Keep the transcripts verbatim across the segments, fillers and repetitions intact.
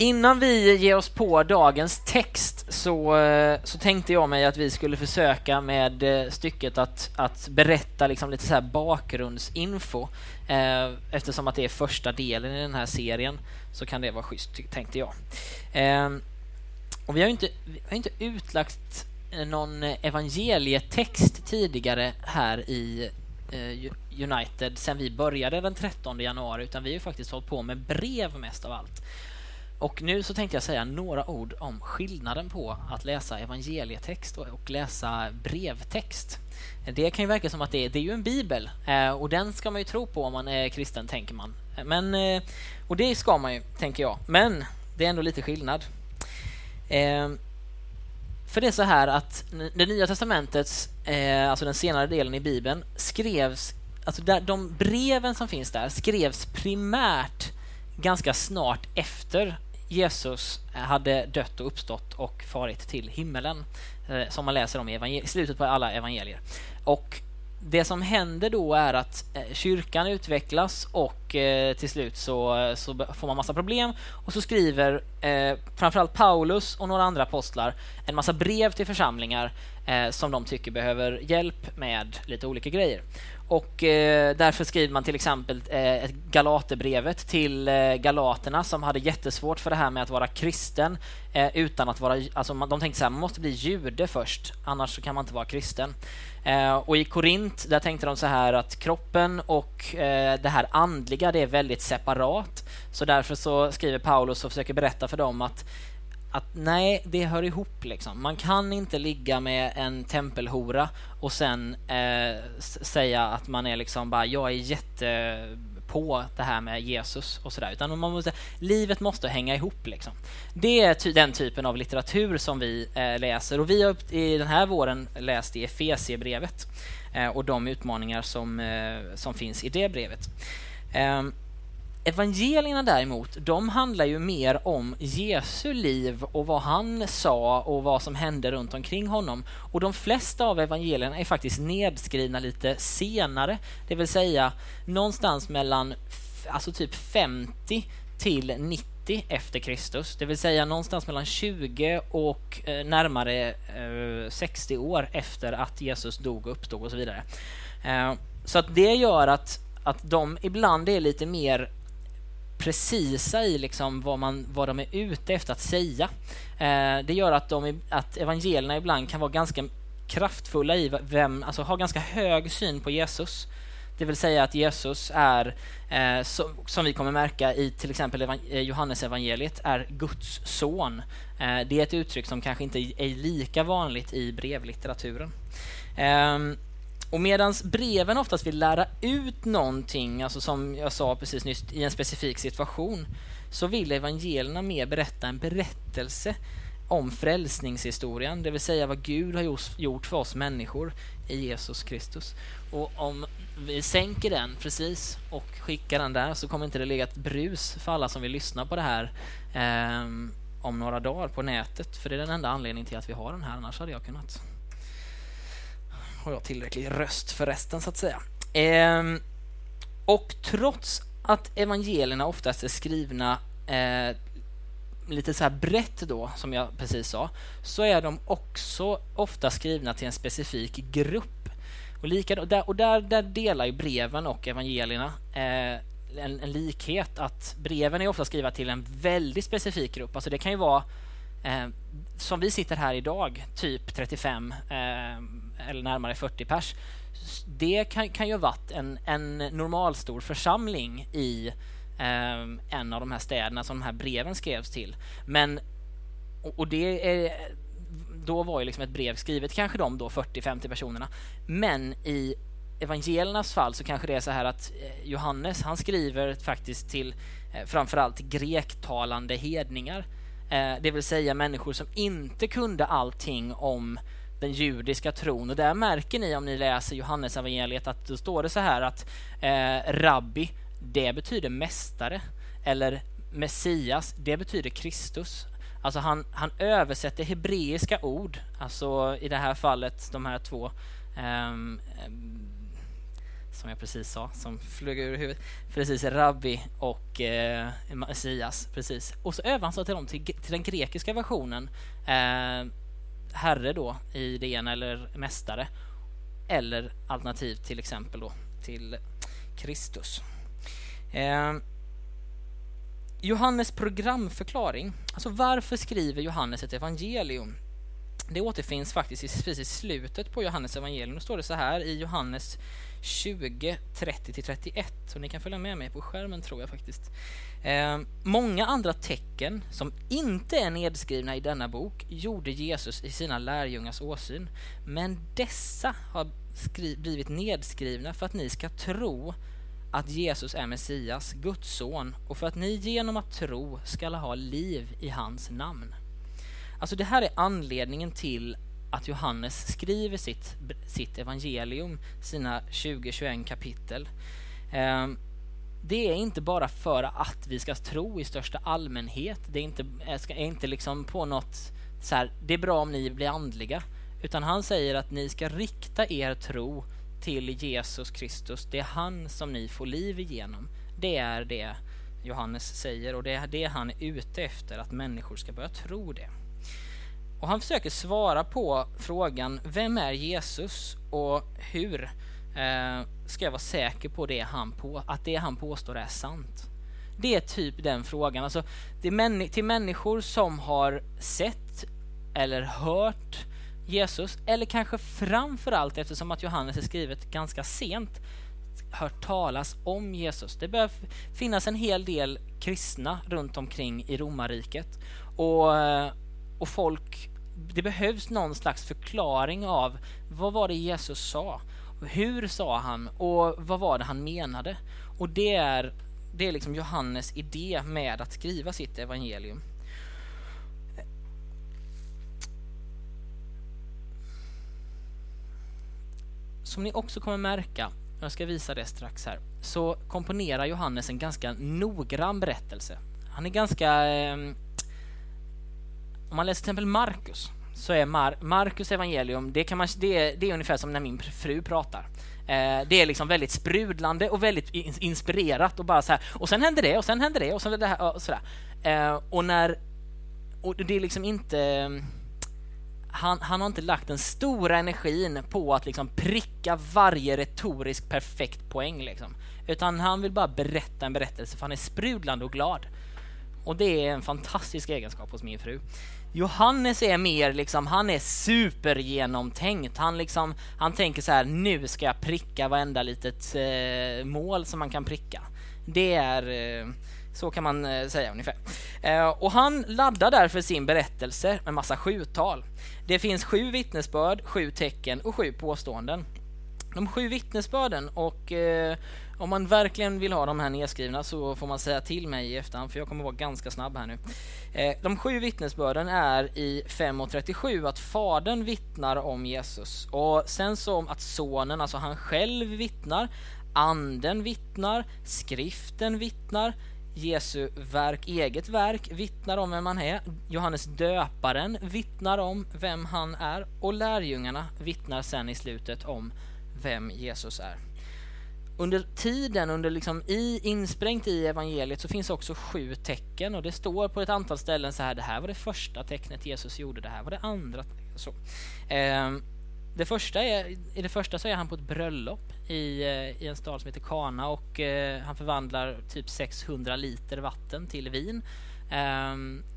Innan vi ger oss på dagens text så, så tänkte jag mig att vi skulle försöka med stycket att, att berätta liksom lite så här bakgrundsinfo. Eh, eftersom att det är första delen i den här serien så kan det vara schysst, tänkte jag. Eh, och vi har ju inte, vi har inte utlagt någon evangelietext tidigare här i eh, United sen vi började den trettonde januari, utan vi har ju faktiskt hållit på med brev mest av allt. Och nu så tänkte jag säga några ord om skillnaden på att läsa evangelietext och läsa brevtext. Det kan ju verka som att det är, det är ju en bibel, och den ska man ju tro på om man är kristen, tänker man. Men, och det ska man ju, tänker jag. Men det är ändå lite skillnad. För det är så här att det Nya testamentets, alltså den senare delen i Bibeln, skrevs, alltså där, de breven som finns där skrevs primärt ganska snart efter Jesus hade dött och uppstått och farit till himmelen, eh, som man läser om i evangel- slutet på alla evangelier. Och det som händer då är att eh, kyrkan utvecklas och eh, till slut så, så får man massa problem, och så skriver eh, framförallt Paulus och några andra apostlar en massa brev till församlingar eh, som de tycker behöver hjälp med lite olika grejer. Och eh, därför skriver man till exempel eh, ett Galaterbrevet till eh, galaterna som hade jättesvårt för det här med att vara kristen eh, utan att vara, alltså man, de tänkte så här, man måste bli jude först, annars så kan man inte vara kristen. Eh, och i Korint, där tänkte de så här att kroppen och eh, det här andliga, det är väldigt separat. Så därför så skriver Paulus och försöker berätta för dem att att nej, det hör ihop liksom. Man kan inte ligga med en tempelhora och sen eh, säga att man är liksom bara, jag är jätte på det här med Jesus och sådär, utan man måste, livet måste hänga ihop liksom. Det är ty- den typen av litteratur som vi eh, läser, och vi har i den här våren läst i Efesierbrevet eh, och de utmaningar som, eh, som finns i det brevet. Eh, Evangelierna däremot, de handlar ju mer om Jesu liv och vad han sa och vad som hände runt omkring honom. Och de flesta av evangelierna är faktiskt nedskrivna lite senare. Det vill säga någonstans mellan alltså typ femtio till nittio efter Kristus. Det vill säga någonstans mellan tjugo och eh, närmare eh, sextio år efter att Jesus dog och uppstod och så vidare. Eh, så att det gör att, att de ibland är lite mer precisa i liksom vad, man, vad de är ute efter att säga. Eh, det gör att, de, att evangelierna ibland kan vara ganska kraftfulla i vem, alltså ha ganska hög syn på Jesus. Det vill säga att Jesus är, eh, så, som vi kommer märka i till exempel evan- Johannes evangeliet, är Guds son. Eh, det är ett uttryck som kanske inte är lika vanligt i brevlitteraturen. Eh, Och medans breven oftast vill lära ut någonting, alltså som jag sa precis nyss, i en specifik situation, så vill evangelierna mer berätta en berättelse om frälsningshistorien, det vill säga vad Gud har gjort för oss människor i Jesus Kristus. Och om vi sänker den precis och skickar den där, så kommer inte det ligga ett brus för alla som vill lyssna på det här eh, om några dagar på nätet, för det är den enda anledningen till att vi har den här, annars hade jag kunnat. Har jag tillräcklig röst för resten, så att säga. Eh, och trots att evangelierna oftast är skrivna eh, lite så här brett då, som jag precis sa, så är de också ofta skrivna till en specifik grupp. Och, lika, och, där, och där, där delar ju breven och evangelierna eh, en, en likhet, att breven är ofta skrivna till en väldigt specifik grupp. Alltså det kan ju vara eh, som vi sitter här idag, typ trettiofem eh, eller närmare fyrtio pers. Det kan, kan ju ha varit en, en normalstor församling i eh, en av de här städerna som de här breven skrevs till. Men, och, och det är, då var ju liksom ett brev skrivet kanske de då fyrtio till femtio personerna. Men i evangeliernas fall så kanske det är så här att Johannes, han skriver faktiskt till eh, framförallt grektalande hedningar. Eh, det vill säga människor som inte kunde allting om den judiska tron. Och där märker ni, om ni läser Johannes evangeliet, att då står det så här att eh, rabbi, det betyder mästare, eller Messias, det betyder Kristus. Alltså han, han översätter hebreiska ord, alltså i det här fallet de här två eh, som jag precis sa, som flög ur huvudet. Precis, Rabbi och eh, Messias, precis. Och så översatte de till, till den grekiska versionen, eh, herre då i det ena, eller mästare, eller alternativ till exempel då till Kristus. Eh, Johannes programförklaring. Alltså varför skriver Johannes ett evangelium? Det återfinns faktiskt i, precis i slutet på Johannes evangelium. Då står det så här i Johannes tjugo, trettio till trettioett. Så ni kan följa med mig på skärmen, tror jag faktiskt. Eh, många andra tecken som inte är nedskrivna i denna bok gjorde Jesus i sina lärjungars åsyn. Men dessa har skri- blivit nedskrivna för att ni ska tro att Jesus är Messias, Guds son, och för att ni genom att tro ska ha liv i hans namn. Alltså det här är anledningen till att Johannes skriver sitt, sitt evangelium, sina tjugo till tjugoett kapitel. Eh, det är inte bara för att vi ska tro i största allmänhet. Det är inte, är inte liksom på något så här, det är bra om ni blir andliga. Utan han säger att ni ska rikta er tro till Jesus Kristus. Det är han som ni får liv igenom. Det är det Johannes säger, och det är det han är ute efter, att människor ska börja tro det. Och han försöker svara på frågan, vem är Jesus och hur eh, ska jag vara säker på det han på, att det han påstår är sant? Det är typ den frågan. Alltså, det är män- till människor som har sett eller hört Jesus, eller kanske framförallt, eftersom att Johannes är skrivet ganska sent, hört talas om Jesus. Det bör finnas en hel del kristna runt omkring i romarriket, och, och folk, det behövs någon slags förklaring av vad var det Jesus sa, hur sa han och vad var det han menade. Och det är, det är liksom Johannes idé med att skriva sitt evangelium. Som ni också kommer märka, jag ska visa det strax här, så komponerar Johannes en ganska noggrann berättelse. Han är ganska... Eh, om man läser till exempel Markus, så är Mar- Markus evangelium, det, kan man, det, är, det är ungefär som när min fru pratar. Eh, det är liksom väldigt sprudlande och väldigt in- inspirerat, och bara så här, och sen händer det, och sen händer det, och sen det här, och sådär. Eh, och när... Och det är liksom inte... Han, han har inte lagt den stora energin på att liksom pricka varje retorisk perfekt poäng liksom. Utan han vill bara berätta en berättelse, för han är sprudlande och glad. Och det är en fantastisk egenskap hos min fru. Johannes är mer liksom, han är supergenomtänkt. Han liksom, han tänker så här, nu ska jag pricka varenda litet eh, mål som man kan pricka. Det är... Eh, Så kan man eh, säga ungefär. Eh, och han laddar därför sin berättelse med massa sjutal. Det finns sju vittnesbörd, sju tecken och sju påståenden. De sju vittnesbörden, och eh, om man verkligen vill ha de här nedskrivna så får man säga till mig i efterhand, för jag kommer vara ganska snabb här nu. Eh, de sju vittnesbörden är i fem och trettiosju att fadern vittnar om Jesus. Och sen så att sonen, alltså han själv vittnar, anden vittnar, skriften vittnar, Jesu verk, eget verk vittnar om vem han är, Johannes döparen vittnar om vem han är, och lärjungarna vittnar sen i slutet om vem Jesus är. Under tiden, under liksom i, insprängt i evangeliet, så finns också sju tecken, och det står på ett antal ställen så här: det här var det första tecknet Jesus gjorde, det här var det andra. Så. Eh, det första är, i det första så är han på ett bröllop i, i en stad som heter Kana, och eh, han förvandlar typ sexhundra liter vatten till vin. Eh,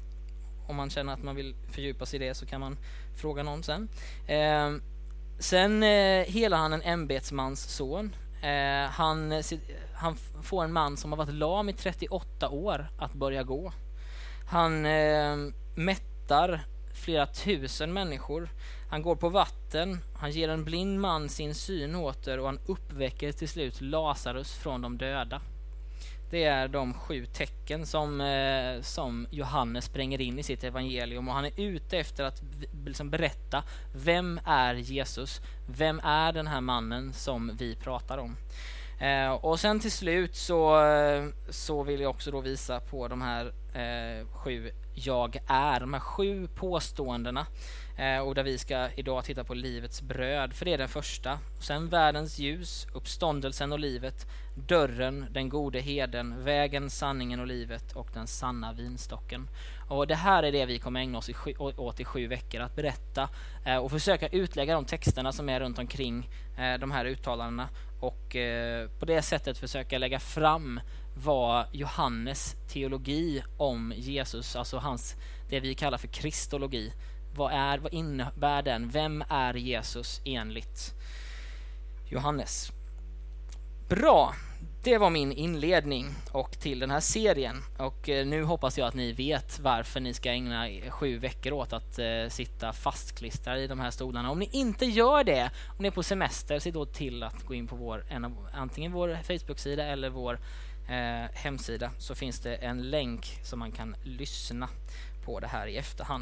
om man känner att man vill fördjupa sig i det så kan man fråga någon sen. Eh, sen eh, helar han en ämbetsmans son. Eh, han, han får en man som har varit lam i trettioåtta år att börja gå. Han eh, mättar flera tusen människor. Han går på vatten, han ger en blind man sin syn åter, och han uppväcker till slut Lazarus från de döda. Det är de sju tecken som, eh, som Johannes spränger in i sitt evangelium, och han är ute efter att liksom berätta, vem är Jesus? Vem är den här mannen som vi pratar om? Eh, och sen till slut så, så vill jag också då visa på de här eh, sju jag är, de här sju påståendena. Eh, och där vi ska idag titta på livets bröd, för det är den första. Och sen världens ljus, uppståndelsen och livet, dörren, den gode heden, vägen, sanningen och livet och den sanna vinstocken. Och det här är det vi kommer ägna oss i sju, åt i sju veckor, att berätta eh, och försöka utlägga de texterna som är runt omkring eh, de här uttalandena, och eh, på det sättet försöka lägga fram vad Johannes teologi om Jesus, alltså hans, det vi kallar för kristologi, vad är, vad innebär den? Vem är Jesus enligt Johannes? Bra, det var min inledning och till den här serien. Och eh, nu hoppas jag att ni vet varför ni ska ägna sju veckor åt att eh, sitta fastklistrade i de här stolarna. Om ni inte gör det, om ni är på semester, se då till att gå in på vår, en av, antingen vår Facebook-sida eller vår eh, hemsida, så finns det en länk som man kan lyssna på det här i efterhand.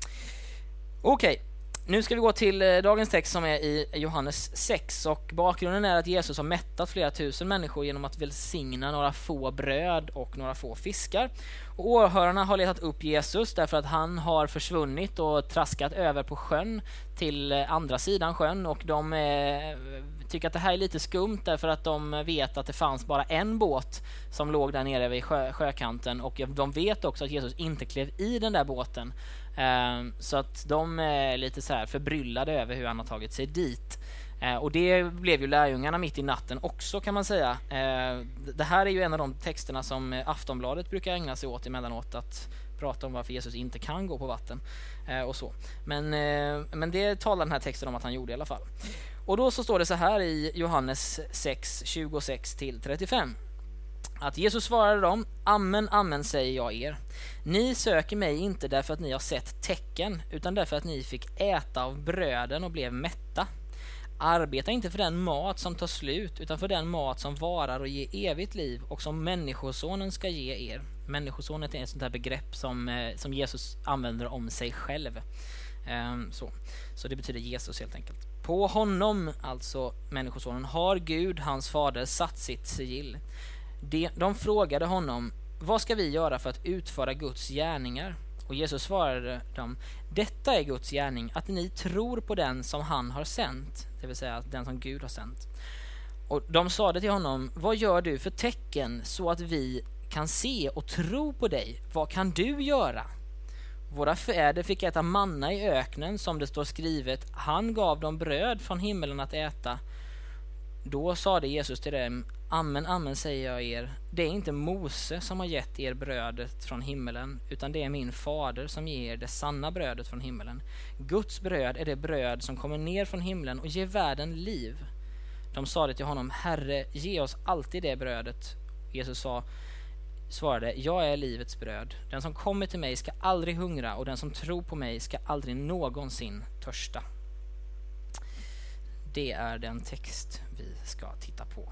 Okej, okay. Nu ska vi gå till dagens text som är i Johannes sex, och bakgrunden är att Jesus har mättat flera tusen människor genom att välsigna några få bröd och några få fiskar. Och åhörarna har letat upp Jesus därför att han har försvunnit och traskat över på sjön till andra sidan sjön, och de eh, tycker att det här är lite skumt därför att de vet att det fanns bara en båt som låg där nere vid sjö, sjökanten, och de vet också att Jesus inte klev i den där båten. Uh, så att de är lite så här förbryllade över hur han har tagit sig dit. Uh, och det blev ju lärjungarna mitt i natten också, kan man säga. Uh, det här är ju en av de texterna som Aftonbladet brukar ägna sig åt emellanåt, att prata om varför Jesus inte kan gå på vatten uh, och så. Men, uh, men det talar den här texten om att han gjorde i alla fall. Och då så står det så här i Johannes sex, tjugosex till trettiofem. Att Jesus svarade dem: amen, amen säger jag er. Ni söker mig inte därför att ni har sett tecken, utan därför att ni fick äta av bröden och blev mätta. Arbeta inte för den mat som tar slut, utan för den mat som varar och ger evigt liv, och som människosonen ska ge er. Människosonen är ett sånt här begrepp som, som Jesus använder om sig själv. Um, så. så det betyder Jesus helt enkelt. På honom, alltså människosonen, har Gud, hans fader, satt sitt sigill. De, de frågade honom: vad ska vi göra för att utföra Guds gärningar? Och Jesus svarade dem: detta är Guds gärning, att ni tror på den som han har sänt, det vill säga den som Gud har sänt. Och de sade till honom: vad gör du för tecken så att vi kan se och tro på dig? Vad kan du göra? Våra fäder fick äta manna i öknen, som det står skrivet: han gav dem bröd från himmelen att äta. Då sade Jesus till dem: amen, amen säger jag er, det är inte Mose som har gett er brödet från himmelen, utan det är min fader som ger er det sanna brödet från himmelen. Guds bröd är det bröd som kommer ner från himlen och ger världen liv. De sade till honom: Herre, ge oss alltid det brödet. Jesus sa, svarade: jag är livets bröd. Den som kommer till mig ska aldrig hungra, och den som tror på mig ska aldrig någonsin törsta. Det är den text vi ska titta på.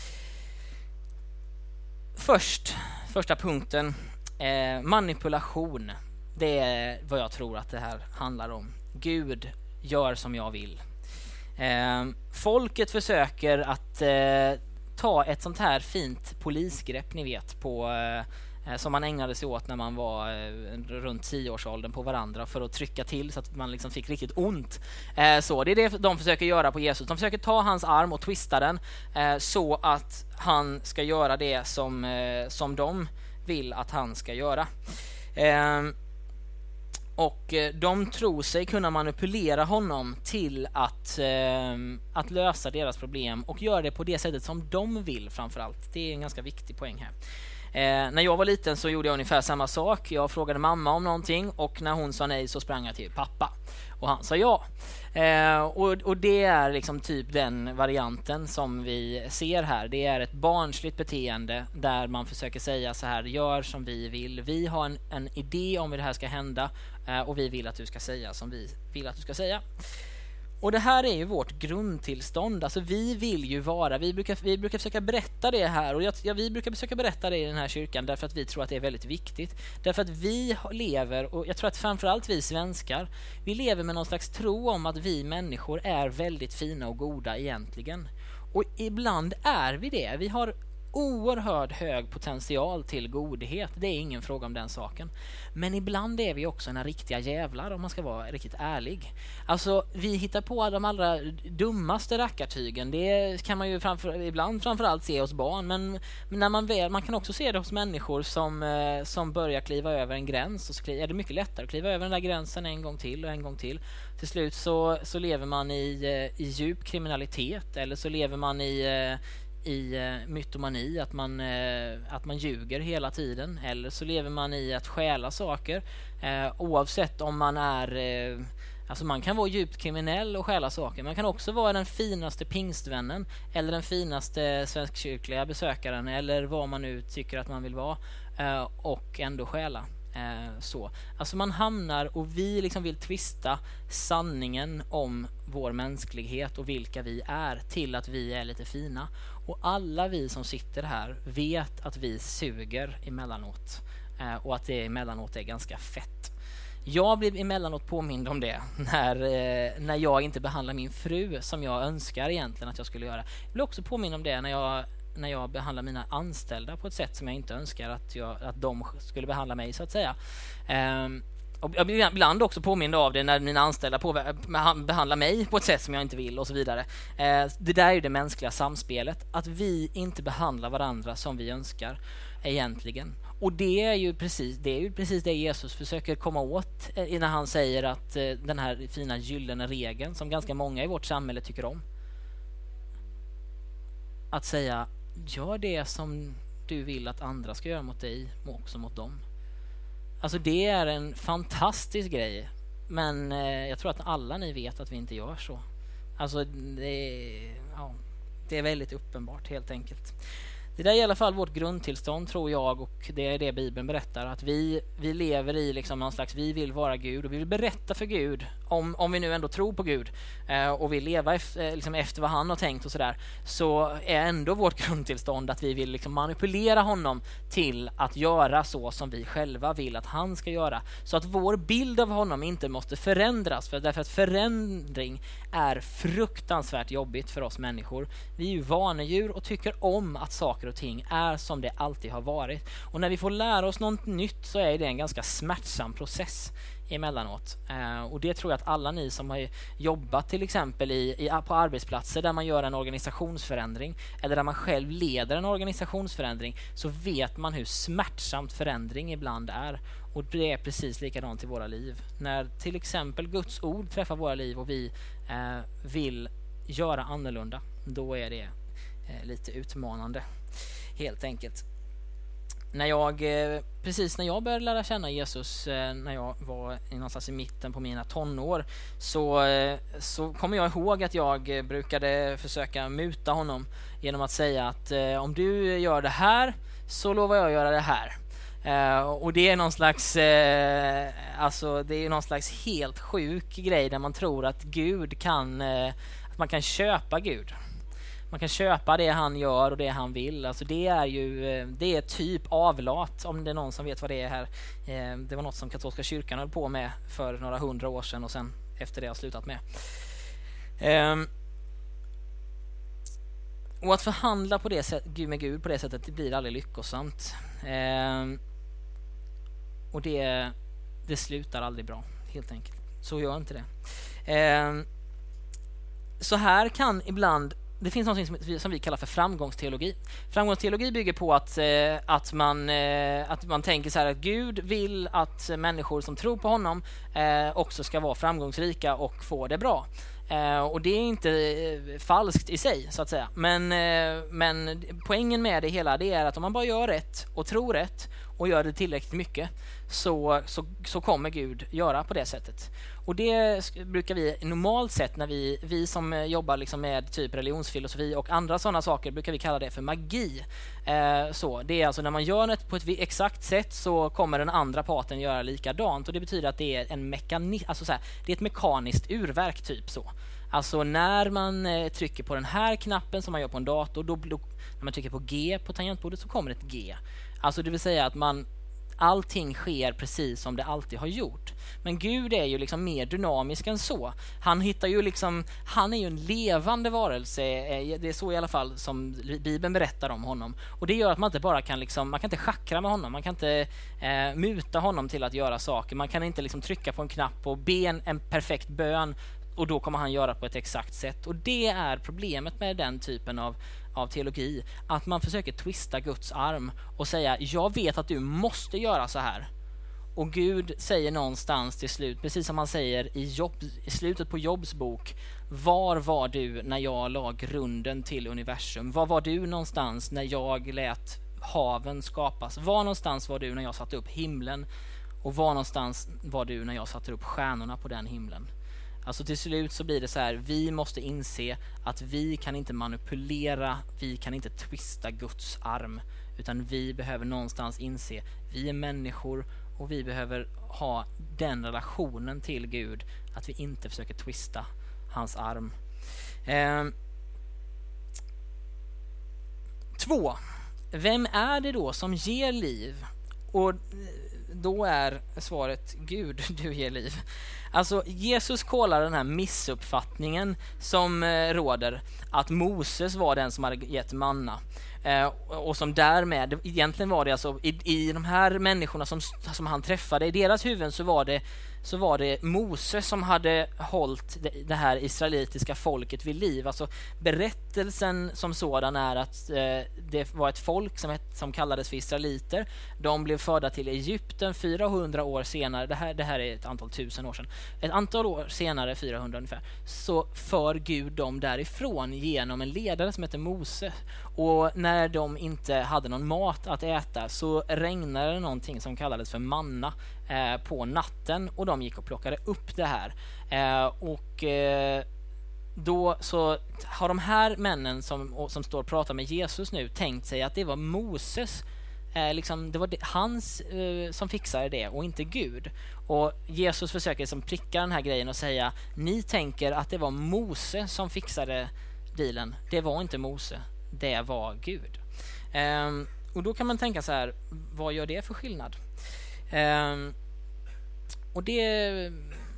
Först, första punkten, eh, manipulation. Det är vad jag tror att det här handlar om. Gud gör som jag vill. Eh, folket försöker att eh, ta ett sånt här fint polisgrepp, ni vet, på eh, som man ägnade sig åt när man var eh, runt tioårsåldern på varandra, för att trycka till så att man liksom fick riktigt ont. Eh, så det är det de försöker göra på Jesus. De försöker ta hans arm och twista den eh, så att han ska göra det som, eh, som de vill att han ska göra. Eh, och eh, de tror sig kunna manipulera honom till att, eh, att lösa deras problem, och göra det på det sättet som de vill framförallt. Det är en ganska viktig poäng här. Eh, när jag var liten så gjorde jag ungefär samma sak. Jag frågade mamma om någonting, och när hon sa nej så sprang jag till pappa, och han sa ja. Eh, och, och det är liksom typ den varianten som vi ser här. Det är ett barnsligt beteende där man försöker säga så här: gör som vi vill. Vi har en, en idé om hur det här ska hända, eh, och vi vill att du ska säga som vi vill att du ska säga. Och det här är ju vårt grundtillstånd. Alltså vi vill ju vara, vi brukar, vi brukar försöka berätta det här, och jag, ja, vi brukar försöka berätta det i den här kyrkan därför att vi tror att det är väldigt viktigt. Därför att vi lever, och jag tror att framförallt vi svenskar, vi lever med någon slags tro om att vi människor är väldigt fina och goda egentligen. Och ibland är vi det. Vi har oerhört hög potential till godhet. Det är ingen fråga om den saken. Men ibland är vi också en riktiga jävlar, om man ska vara riktigt ärlig. Alltså, vi hittar på de allra dummaste rackartygen. Det kan man ju framför, ibland framförallt se hos barn. Men, men när man, väl, man kan också se det hos människor som, eh, som börjar kliva över en gräns. Och så är det mycket lättare att kliva över den där gränsen en gång till och en gång till. Till slut så, så lever man i, eh, i djup kriminalitet. Eller så lever man i... Eh, i eh, mytomani, att man, eh, att man ljuger hela tiden, eller så lever man i att stjäla saker, eh, oavsett om man är eh, alltså man kan vara djupt kriminell och stjäla saker, man kan också vara den finaste pingstvännen eller den finaste svenskkyrkliga besökaren eller vad man nu tycker att man vill vara, eh, och ändå stjäla. Eh, så. Alltså man hamnar, och vi liksom vill twista sanningen om vår mänsklighet och vilka vi är till att vi är lite fina. Och alla vi som sitter här vet att vi suger emellanåt, eh, och att det emellanåt är ganska fett. Jag blir emellanåt påmind om det när, eh, när jag inte behandlar min fru som jag önskar egentligen att jag skulle göra. Jag blir också påmind om det när jag när jag behandlar mina anställda på ett sätt som jag inte önskar att, jag, att de skulle behandla mig, så att säga. Um, och jag blir ibland också påmind av det när mina anställda påver- behandlar mig på ett sätt som jag inte vill och så vidare. Uh, det där är ju det mänskliga samspelet. Att vi inte behandlar varandra som vi önskar egentligen. Och det är ju precis det, är ju precis det Jesus försöker komma åt när han säger att uh, den här fina gyllene regeln som ganska många i vårt samhälle tycker om. Att säga, gör det som du vill att andra ska göra mot dig, också mot dem. Alltså det är en fantastisk grej. Men eh, jag tror att alla ni vet att vi inte gör så. Alltså det, ja, det är väldigt uppenbart helt enkelt. Det där är i alla fall vårt grundtillstånd, tror jag, och det är det Bibeln berättar. Att vi, vi lever i liksom någon slags, vi vill vara Gud och vi vill berätta för Gud, om, om vi nu ändå tror på Gud eh, och vill leva efter, liksom efter vad han har tänkt och sådär, så är ändå vårt grundtillstånd att vi vill liksom manipulera honom till att göra så som vi själva vill att han ska göra. Så att vår bild av honom inte måste förändras, för därför att förändring är fruktansvärt jobbigt för oss människor. Vi är ju vanedjur och tycker om att saker och ting är som det alltid har varit. Och när vi får lära oss något nytt så är det en ganska smärtsam process emellanåt. Uh, och det tror jag att alla ni som har jobbat till exempel i, i, på arbetsplatser där man gör en organisationsförändring eller där man själv leder en organisationsförändring, så vet man hur smärtsamt förändring ibland är. Och det är precis likadant i våra liv. När till exempel Guds ord träffar våra liv och vi uh, vill göra annorlunda, då är det uh, lite utmanande helt enkelt. När jag, precis när jag började lära känna Jesus, när jag var någonstans i mitten på mina tonår, så, så kommer jag ihåg att jag brukade försöka muta honom genom att säga att om du gör det här så lovar jag att göra det här. Uh, och det är någon slags uh, alltså det är någon slags helt sjuk grej där man tror att Gud kan uh, att man kan köpa Gud. Man kan köpa det han gör och det han vill. Alltså det är ju det är typ avlat, om det är någon som vet vad det är här. Eh, det var något som katolska kyrkan höll på med för några hundra år sedan och sen efter det har slutat med. Eh, och att förhandla på det sättet, med Gud på det sättet, det blir aldrig lyckosamt. Eh, och det, det slutar aldrig bra, helt enkelt. Så gör inte det. Eh, så här kan ibland det finns något som vi, som vi kallar för framgångsteologi. Framgångsteologi bygger på att, eh, att, man, eh, att man tänker så här att Gud vill att människor som tror på honom eh, också ska vara framgångsrika och få det bra. Eh, och det är inte eh, falskt i sig, så att säga. Men, eh, men poängen med det hela, det är att om man bara gör rätt och tror rätt och gör det tillräckligt mycket, så, så, så kommer Gud göra på det sättet. Och det brukar vi normalt sett, när vi, vi som jobbar liksom med typ religionsfilosofi och andra sådana saker, brukar vi kalla det för magi. Eh, så, det är alltså när man gör det på ett exakt sätt, så kommer den andra parten göra likadant. Och det betyder att det är en mekani- alltså så här, det är ett mekaniskt urverk typ så. Alltså när man eh, trycker på den här knappen som man gör på en dator, då, då, när man trycker på G på tangentbordet så kommer ett G. Alltså det vill säga att man allting sker precis som det alltid har gjort. Men Gud är ju liksom mer dynamisk än så. Han hittar ju liksom, han är ju en levande varelse. Det är så i alla fall som Bibeln berättar om honom. Och det gör att man inte bara kan liksom, man kan inte schackra med honom. Man kan inte eh, muta honom till att göra saker. Man kan inte liksom trycka på en knapp och be en, en perfekt bön och då kommer han göra på ett exakt sätt. Och det är problemet med den typen av av teologi, att man försöker twista Guds arm och säga, jag vet att du måste göra så här. Och Gud säger någonstans till slut, precis som han säger i, Jobb, i slutet på Jobbs bok, var var du när jag la grunden till universum? Var var du någonstans när jag lät haven skapas? Var någonstans var du när jag satte upp himlen? Och var någonstans var du när jag satte upp stjärnorna på den himlen? Alltså till slut så blir det så här, vi måste inse att vi kan inte manipulera, vi kan inte twista Guds arm, utan vi behöver någonstans inse, vi är människor och vi behöver ha den relationen till Gud, att vi inte försöker twista hans arm. Eh, två. Vem är det då som ger liv? Och då är svaret Gud, du ger liv. Alltså Jesus kollar den här missuppfattningen som eh, råder, att Moses var den som hade gett manna. Eh, och som därmed, egentligen var det alltså i, i de här människorna som, som han träffade, i deras huvuden så var det så var det Moses som hade hållit det, det här israelitiska folket vid liv. Alltså berättelsen som sådan är att eh, det var ett folk som, ett, som kallades för israeliter. De blev förda till Egypten fyrahundra år senare. Det här, det här är ett antal tusen år sedan. Ett antal år senare, fyrahundra ungefär, så för Gud dem därifrån genom en ledare som heter Mose. Och när de inte hade någon mat att äta så regnade det någonting som kallades för manna eh, på natten, och de gick och plockade upp det här. Eh, och eh, då så har de här männen som, som står och pratar med Jesus nu tänkt sig att det var Moses, eh, liksom, det var det, hans eh, som fixade det och inte Gud. Och Jesus försöker liksom pricka den här grejen och säga, ni tänker att det var Mose som fixade dealen. Det var inte Mose, det var Gud. Um, och då kan man tänka så här, vad gör det för skillnad? Um, och det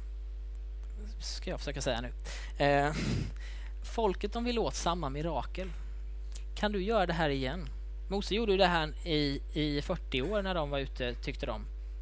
ska jag försöka säga nu. Uh, folket, de vill åt samma mirakel. Kan du göra det här igen? Mose gjorde ju det här i, i fyrtio år när de var ute, tyckte de.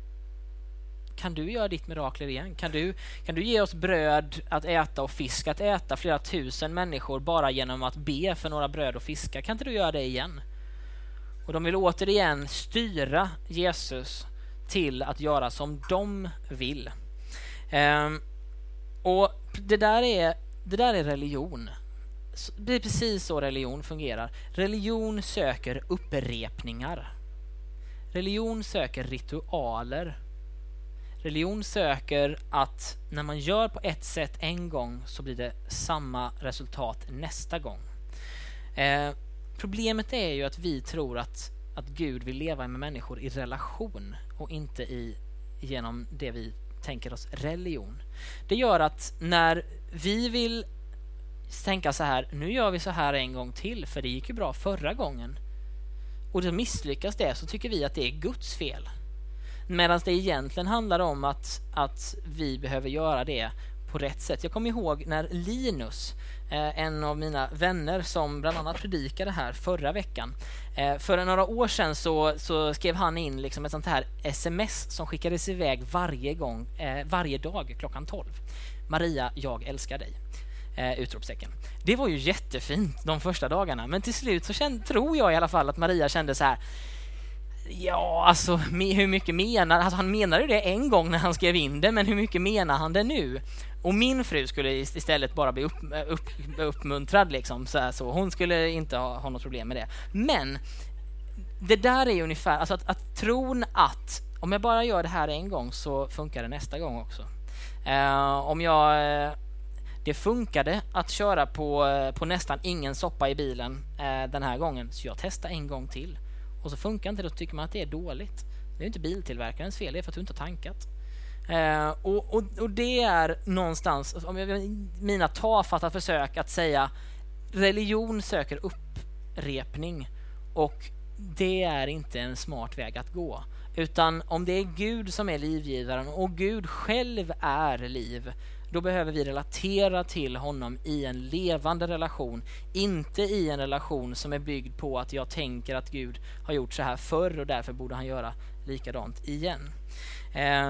Kan du göra ditt mirakel igen? Kan du, kan du ge oss bröd att äta och fisk att äta, flera tusen människor bara genom att be för några bröd och fiskar? Kan inte du göra det igen? Och de vill återigen styra Jesus till att göra som de vill. Um, och det där är, det där är religion. Det är precis så religion fungerar. Religion söker upprepningar. Religion söker ritualer. Religion söker att när man gör på ett sätt en gång så blir det samma resultat nästa gång. Eh, problemet är ju att vi tror att, att Gud vill leva med människor i relation och inte i, genom det vi tänker oss religion. Det gör att när vi vill tänka så här, nu gör vi så här en gång till för det gick ju bra förra gången, och då misslyckas det, så tycker vi att det är Guds fel. Medan det egentligen handlar om att, att vi behöver göra det på rätt sätt. Jag kommer ihåg när Linus, eh, en av mina vänner som bland annat predikade här förra veckan, eh, för några år sedan så, så skrev han in liksom ett sånt här sms som skickades iväg varje gång, eh, varje dag klockan tolv. Maria, jag älskar dig. Eh, utropstecken. Det var ju jättefint de första dagarna, men till slut så kände, tror jag i alla fall att Maria kände så här, ja, alltså hur mycket menar alltså, han menade det en gång när han skrev in det, men hur mycket menar han det nu? Och min fru skulle istället bara bli upp, upp, uppmuntrad liksom, så, här, så hon skulle inte ha, ha något problem med det. Men det där är ungefär, alltså att, att tron att om jag bara gör det här en gång så funkar det nästa gång också. Uh, om jag det funkade att köra på, på nästan ingen soppa i bilen uh, den här gången, så jag testar en gång till. Och så funkar inte det, då tycker man att det är dåligt. Det är inte biltillverkarens fel, det är för att du inte har tankat. Eh, och, och, och det är någonstans, om jag, mina tafatta försök att säga, religion söker upprepning. Och det är inte en smart väg att gå. Utan om det är Gud som är livgivaren och Gud själv är liv, då behöver vi relatera till honom i en levande relation, inte i en relation som är byggd på att jag tänker att Gud har gjort så här förr och därför borde han göra likadant igen. Eh,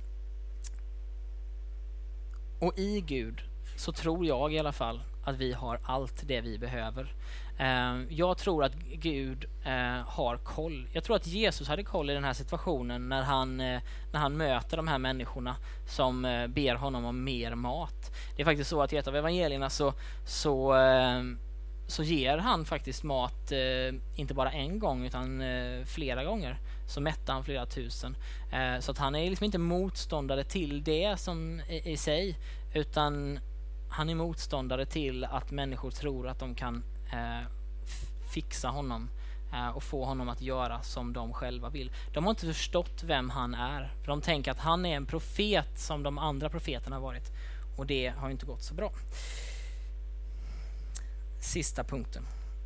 och i Gud så tror jag i alla fall att vi har allt det vi behöver. Eh, jag tror att Gud eh, har koll. Jag tror att Jesus hade koll i den här situationen när han, eh, när han möter de här människorna som eh, ber honom om mer mat. Det är faktiskt så att i ett av evangelierna så, så, eh, så ger han faktiskt mat eh, inte bara en gång utan eh, flera gånger. Så mättar han flera tusen. Eh, så att han är liksom inte motståndare till det som i, i sig, utan han är motståndare till att människor tror att de kan eh, fixa honom eh, och få honom att göra som de själva vill. De har inte förstått vem han är. För de tänker att han är en profet som de andra profeterna har varit. Och det har inte gått så bra. Sista punkten.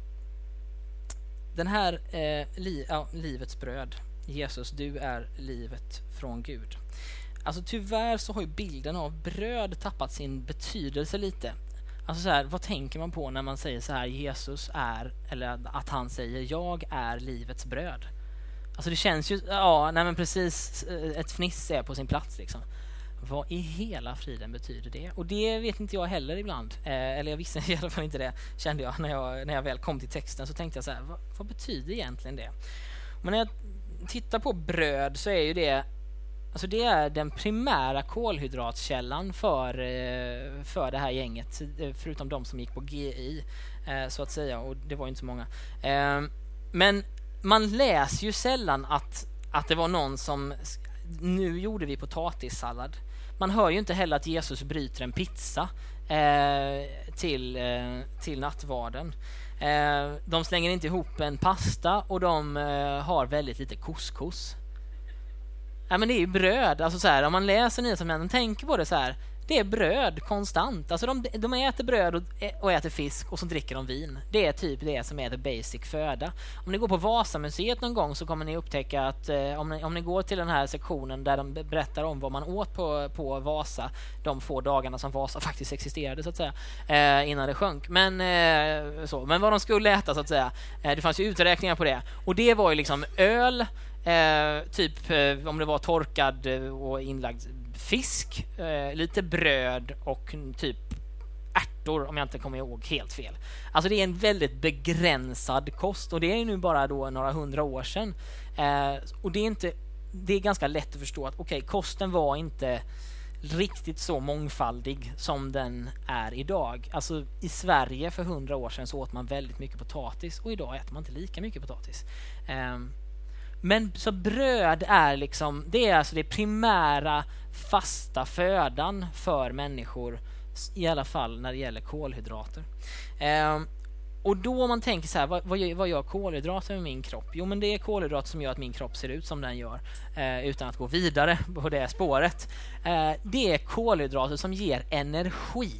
Den här eh, li- ja, livets bröd. Jesus, du är livet från Gud. Alltså tyvärr så har ju bilden av bröd tappat sin betydelse lite. Alltså så här, vad tänker man på när man säger så här, Jesus är, eller att han säger jag är livets bröd? Alltså det känns ju, ja, nej men precis, ett fniss är på sin plats liksom. Vad i hela friden betyder det? Och det vet inte jag heller ibland. Eh, eller jag visste i alla fall inte det, kände jag när jag, när jag väl kom till texten. Så tänkte jag så här, vad, vad betyder egentligen det? Men när jag tittar på bröd så är ju det, alltså det är den primära kolhydratkällan för, för det här gänget, förutom de som gick på G I så att säga, och det var ju inte så många. Men man läser ju sällan att, att det var någon som, nu gjorde vi potatissallad. Man hör ju inte heller att Jesus bryter en pizza till, till nattvarden. De slänger inte ihop en pasta och de har väldigt lite couscous. Ja, men det är ju bröd. Alltså så här, om man läser Nyhetsmeddelanden, tänker på det så här, det är bröd konstant. Alltså de, de äter bröd och, och äter fisk och så dricker de vin. Det är typ det som är the basic föda. Om ni går på Vasamuseet någon gång så kommer ni upptäcka att eh, om, ni, om ni går till den här sektionen där de berättar om vad man åt på, på Vasa de få dagarna som Vasa faktiskt existerade så att säga, eh, innan det sjönk. Men, eh, så. Men vad de skulle äta så att säga, eh, det fanns ju uträkningar på det. Och det var ju liksom öl, Eh, typ eh, om det var torkad och inlagd fisk, eh, lite bröd och typ ärtor om jag inte kommer ihåg helt fel. Alltså det är en väldigt begränsad kost och det är nu bara då några hundra år sedan. Eh, och det är inte, det är ganska lätt att förstå att okej, okay, kosten var inte riktigt så mångfaldig som den är idag. Alltså i Sverige för hundra år sedan så åt man väldigt mycket potatis och idag äter man inte lika mycket potatis. Eh, Men så bröd är liksom, det är alltså det primära fasta födan för människor, i alla fall när det gäller kolhydrater. Eh, och då om man tänker så här, vad, vad, gör, vad gör kolhydrater med min kropp? Jo, men det är kolhydrater som gör att min kropp ser ut som den gör, eh, utan att gå vidare på det spåret. Eh, det är kolhydrater som ger energi.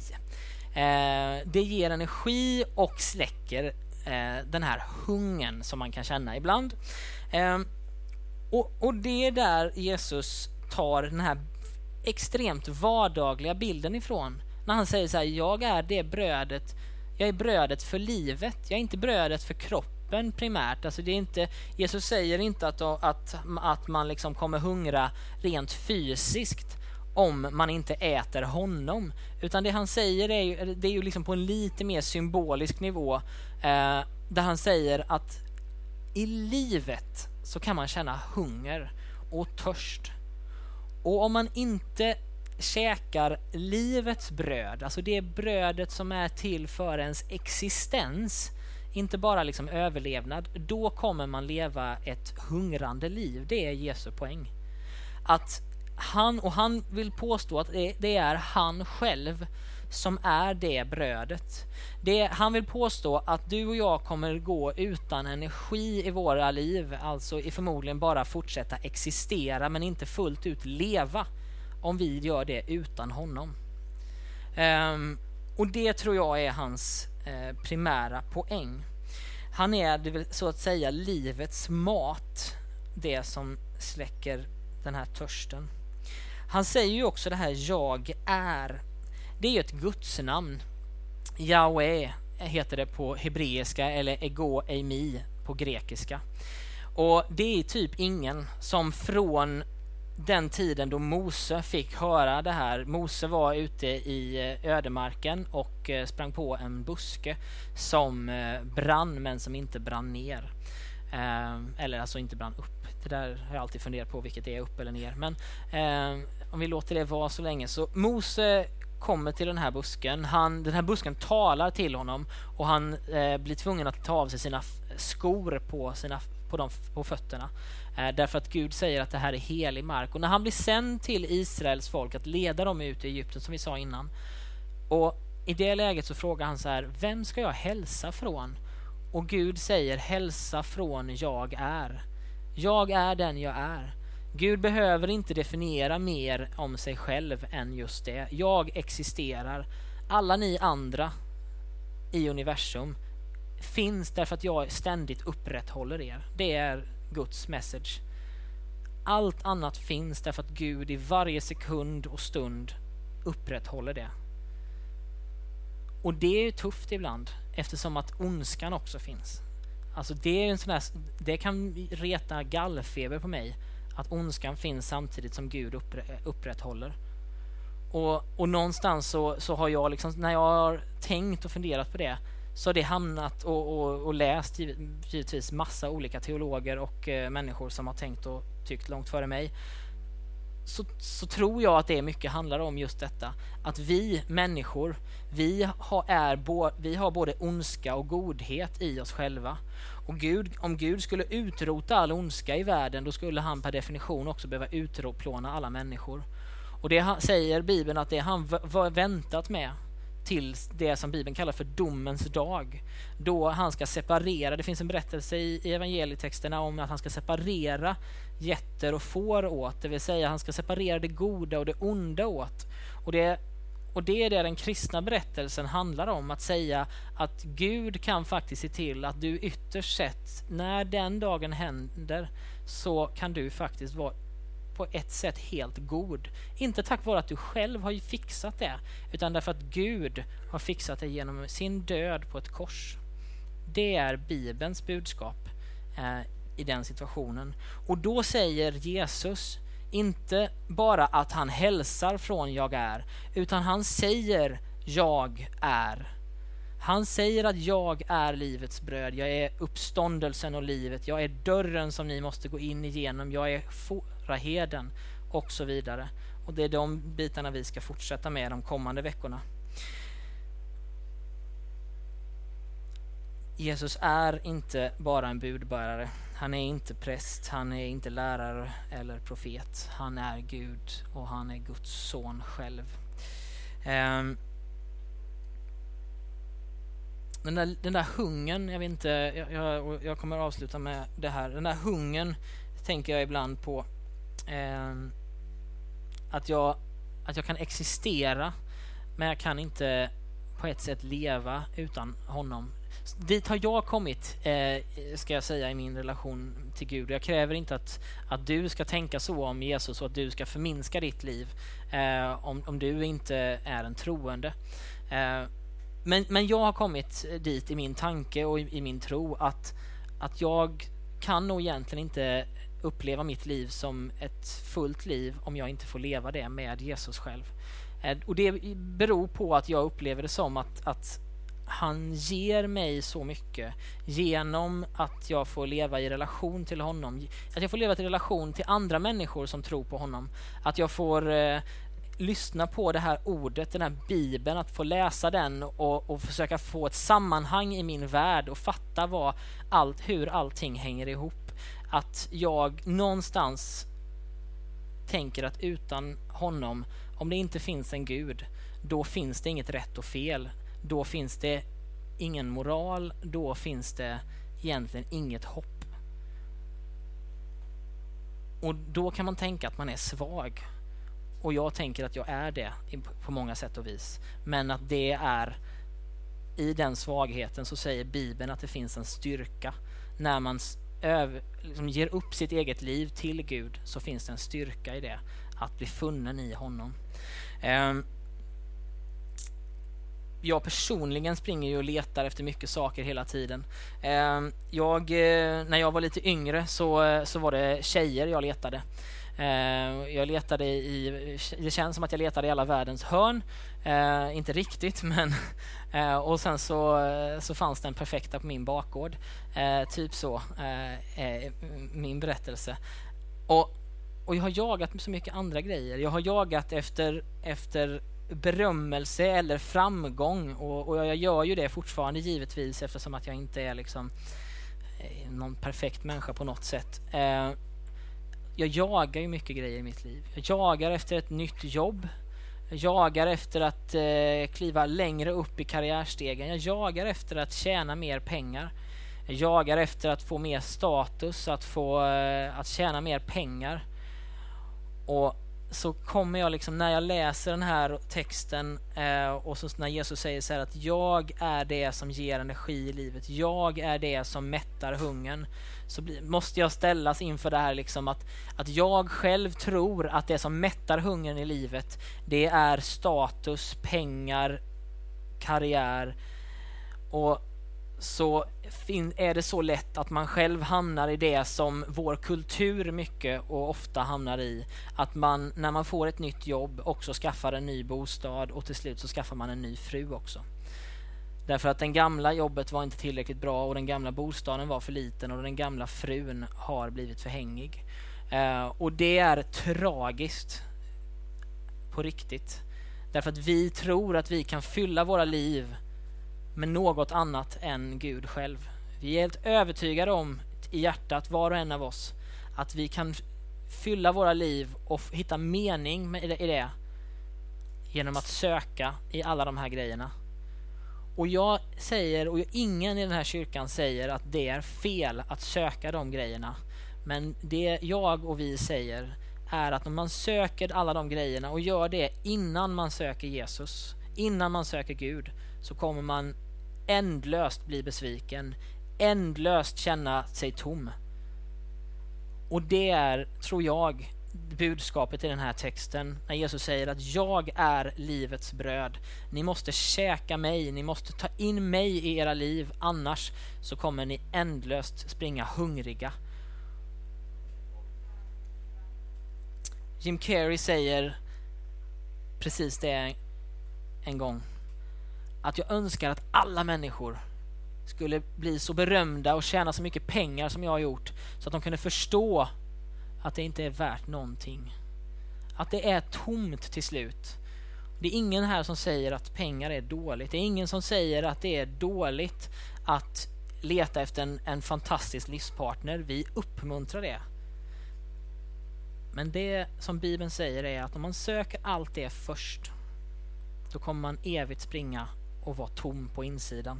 Eh, det ger energi och släcker eh, den här hungern som man kan känna ibland. Eh, och, och det är där Jesus tar den här extremt vardagliga bilden ifrån. När han säger så här, jag är det brödet, jag är brödet för livet. Jag är inte brödet för kroppen primärt. Alltså det är inte, Jesus säger inte att, att, att man liksom kommer hungra rent fysiskt om man inte äter honom. Utan det han säger är ju, det är ju liksom på en lite mer symbolisk nivå. Eh, där han säger att i livet så kan man känna hunger och törst. Och om man inte käkar livets bröd, alltså det brödet som är till för ens existens, inte bara liksom överlevnad, då kommer man leva ett hungrande liv. Det är Jesu poäng. Att han, och han vill påstå att det, det är han själv som är det brödet. Det, han vill påstå att du och jag kommer gå utan energi i våra liv, alltså i förmodligen bara fortsätta existera men inte fullt ut leva om vi gör det utan honom. Um, och det tror jag är hans uh, primära poäng. Han är det vill så att säga livets mat, det som släcker den här törsten. Han säger ju också det här jag är. Det är ju ett gudsnamn. Yahweh heter det på hebreiska eller ego eimi på grekiska. Och det är typ ingen som från den tiden då Mose fick höra det här. Mose var ute i ödemarken och sprang på en buske som brann men som inte brann ner. Eh, eller alltså inte brann upp. Det där har jag alltid funderat på vilket det är, upp eller ner. Men eh, om vi låter det vara så länge. Så Mose kommer till den här busken. Han, den här busken talar till honom och han eh, blir tvungen att ta av sig sina skor på, sina, på, de, på fötterna. Eh, därför att Gud säger att det här är helig mark. Och när han blir sänd till Israels folk att leda dem ut i Egypten som vi sa innan. Och i det läget så frågar han så här: vem ska jag hälsa från? Och Gud säger: hälsa från jag är. Jag är den jag är. Gud behöver inte definiera mer om sig själv än just det. Jag existerar. Alla ni andra i universum finns därför att jag ständigt upprätthåller er. Det är Guds message. Allt annat finns därför att Gud i varje sekund och stund upprätthåller det. Och det är ju tufft ibland eftersom att ondskan också finns. Alltså det är en sån här, det kan reta gallfeber på mig att ondskan finns samtidigt som Gud uppre, upprätthåller. Och, och någonstans så, så har jag liksom, när jag har tänkt och funderat på det, så har det hamnat och, och, och läst givetvis massa olika teologer och eh, människor som har tänkt och tyckt långt före mig. Så, så tror jag att det mycket handlar om just detta. Att vi människor, vi har, är bo, vi har både ondska och godhet i oss själva. Och Gud, om Gud skulle utrota all ondska i världen, då skulle han per definition också behöva utplåna alla människor. Och det säger Bibeln att det han var väntat med till det som Bibeln kallar för domens dag. Då han ska separera, det finns en berättelse i, i evangelietexterna om att han ska separera getter och får åt. Det vill säga han ska separera det goda och det onda åt. Och det, och det är det den kristna berättelsen handlar om. Att säga att Gud kan faktiskt se till att du ytterst sett, när den dagen händer, så kan du faktiskt vara på ett sätt helt god. Inte tack vare att du själv har fixat det, utan därför att Gud har fixat det genom sin död på ett kors. Det är Bibelns budskap eh, i den situationen. Och då säger Jesus inte bara att han hälsar från jag är, utan han säger jag är. Han säger att jag är livets bröd, jag är uppståndelsen och livet, jag är dörren som ni måste gå in igenom, jag är fåraherden och så vidare. Och det är de bitarna vi ska fortsätta med de kommande veckorna. Jesus är inte bara en budbärare, han är inte präst, han är inte lärare eller profet. Han är Gud och han är Guds son själv. Um, Den där, den där hungern, jag vet inte, jag, jag, jag kommer att avsluta med det här. Den där hungern tänker jag ibland på eh, att, jag, att jag kan existera, men jag kan inte på ett sätt leva utan honom. Dit har jag kommit, eh, ska jag säga, i min relation till Gud. Jag kräver inte att, att du ska tänka så om Jesus och att du ska förminska ditt liv eh, om, om du inte är en troende. Eh, Men, men jag har kommit dit i min tanke och i, i min tro att, att jag kan nog egentligen inte uppleva mitt liv som ett fullt liv om jag inte får leva det med Jesus själv. Eh, och det beror på att jag upplever det som att, att han ger mig så mycket genom att jag får leva i relation till honom. Att jag får leva i relation till andra människor som tror på honom. Att jag får... Eh, lyssna på det här ordet, den här Bibeln, att få läsa den och, och försöka få ett sammanhang i min värld och fatta vad allt, hur allting hänger ihop. Att jag någonstans tänker att utan honom, om det inte finns en Gud, då finns det inget rätt och fel. Då finns det ingen moral, då finns det egentligen inget hopp. Och då kan man tänka att man är svag. Och jag tänker att jag är det på många sätt och vis. Men att det är, i den svagheten så säger Bibeln att det finns en styrka när man öv, liksom ger upp sitt eget liv till Gud, så finns det en styrka i det, att bli funnen i honom. Um, jag personligen springer ju och letar efter mycket saker hela tiden. Um, jag, när jag var lite yngre så, så var det tjejer jag letade. Uh, jag letade i, det känns som att jag letade i alla världens hörn. Uh, inte riktigt, men uh, och sen så, så fanns den perfekta på min bakgård. Uh, typ så uh, är min berättelse. Och, och jag har jagat så mycket andra grejer. Jag har jagat efter, efter berömmelse eller framgång, och, och jag gör ju det fortfarande givetvis, eftersom att jag inte är liksom någon perfekt människa på något sätt. Uh, Jag jagar ju mycket grejer i mitt liv. Jag jagar efter ett nytt jobb. Jag jagar efter att eh, kliva längre upp i karriärstegen. Jag jagar efter att tjäna mer pengar. Jag jagar efter att få mer status, att få eh, att tjäna mer pengar. Och så kommer jag liksom, när jag läser den här texten eh, och så när Jesus säger så här att jag är det som ger energi i livet, jag är det som mättar hungern, så blir, måste jag ställas inför det här liksom att, att jag själv tror att det som mättar hungern i livet, det är status, pengar, karriär. Och så är det så lätt att man själv hamnar i det som vår kultur mycket och ofta hamnar i, att man när man får ett nytt jobb också skaffar en ny bostad, och till slut så skaffar man en ny fru också. Därför att den gamla jobbet var inte tillräckligt bra, och den gamla bostaden var för liten, och den gamla frun har blivit för hängig. Uh, och det är tragiskt på riktigt. Därför att vi tror att vi kan fylla våra liv med något annat än Gud själv. Vi är helt övertygade om i hjärtat, var och en av oss, att vi kan fylla våra liv och hitta mening i det genom att söka i alla de här grejerna. Och jag säger, och ingen i den här kyrkan säger att det är fel att söka de grejerna. Men det jag och vi säger är att om man söker alla de grejerna och gör det innan man söker Jesus, innan man söker Gud, så kommer man ändlöst bli besviken, ändlöst känna sig tom. Och det är, tror jag, budskapet i den här texten, när Jesus säger att jag är livets bröd. Ni måste käka mig, ni måste ta in mig i era liv, annars så kommer ni ändlöst springa hungriga. Jim Carrey säger precis det en gång, att jag önskar att alla människor skulle bli så berömda och tjäna så mycket pengar som jag har gjort, så att de kunde förstå att det inte är värt någonting. Att det är tomt till slut. Det är ingen här som säger att pengar är dåligt. Det är ingen som säger att det är dåligt att leta efter en, en fantastisk livspartner. Vi uppmuntrar det. Men det som Bibeln säger är att om man söker allt det först, då kommer man evigt springa och vara tom på insidan.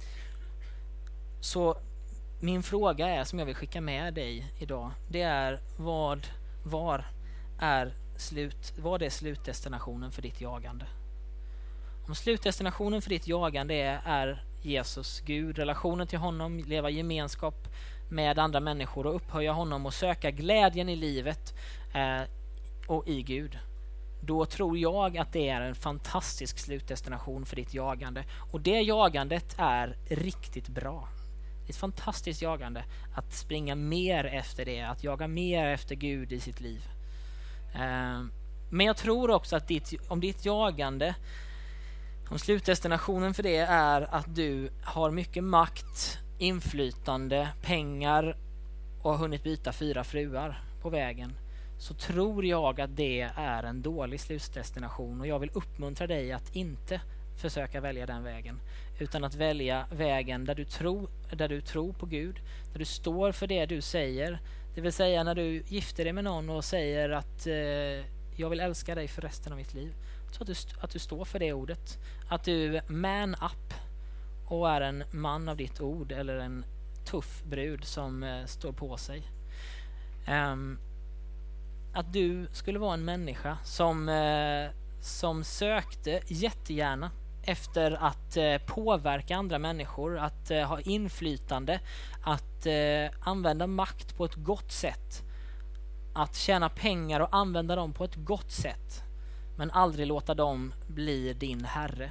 Så min fråga är, som jag vill skicka med dig idag, det är vad, var är slut, vad är slutdestinationen för ditt jagande? Om slutdestinationen för ditt jagande är, är Jesus, Gud, relationen till honom, leva i gemenskap med andra människor och upphöja honom och söka glädjen i livet eh, och i Gud, då tror jag att det är en fantastisk slutdestination för ditt jagande. Och det jagandet är riktigt bra. Det är ett fantastiskt jagande att springa mer efter det, att jaga mer efter Gud i sitt liv. Eh, men jag tror också att ditt, om ditt jagande, om slutdestinationen för det är att du har mycket makt, inflytande, pengar och har hunnit byta fyra fruar på vägen, så tror jag att det är en dålig slutdestination. Och jag vill uppmuntra dig att inte försöka välja den vägen, utan att välja vägen där du tror, där du tror på Gud, där du står för det du säger. Det vill säga när du gifter dig med någon och säger att eh, jag vill älska dig för resten av mitt liv, så att du, att du står för det ordet, att du man up och är en man av ditt ord, eller en tuff brud som eh, står på sig. Um, att du skulle vara en människa som, eh, som sökte jättegärna efter att eh, påverka andra människor, att eh, ha inflytande, att eh, använda makt på ett gott sätt, att tjäna pengar och använda dem på ett gott sätt, men aldrig låta dem bli din herre.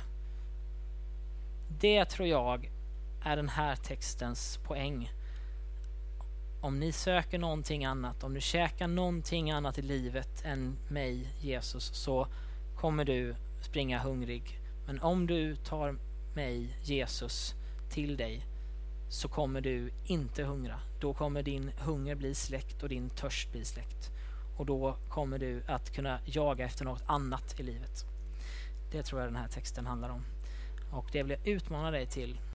Det tror jag är den här textens poäng. Om ni söker någonting annat, om du käkar någonting annat i livet än mig, Jesus, så kommer du springa hungrig. Men om du tar mig, Jesus, till dig, så kommer du inte hungra. Då kommer din hunger bli släckt och din törst bli släckt. Och då kommer du att kunna jaga efter något annat i livet. Det tror jag den här texten handlar om. Och det vill jag utmana dig till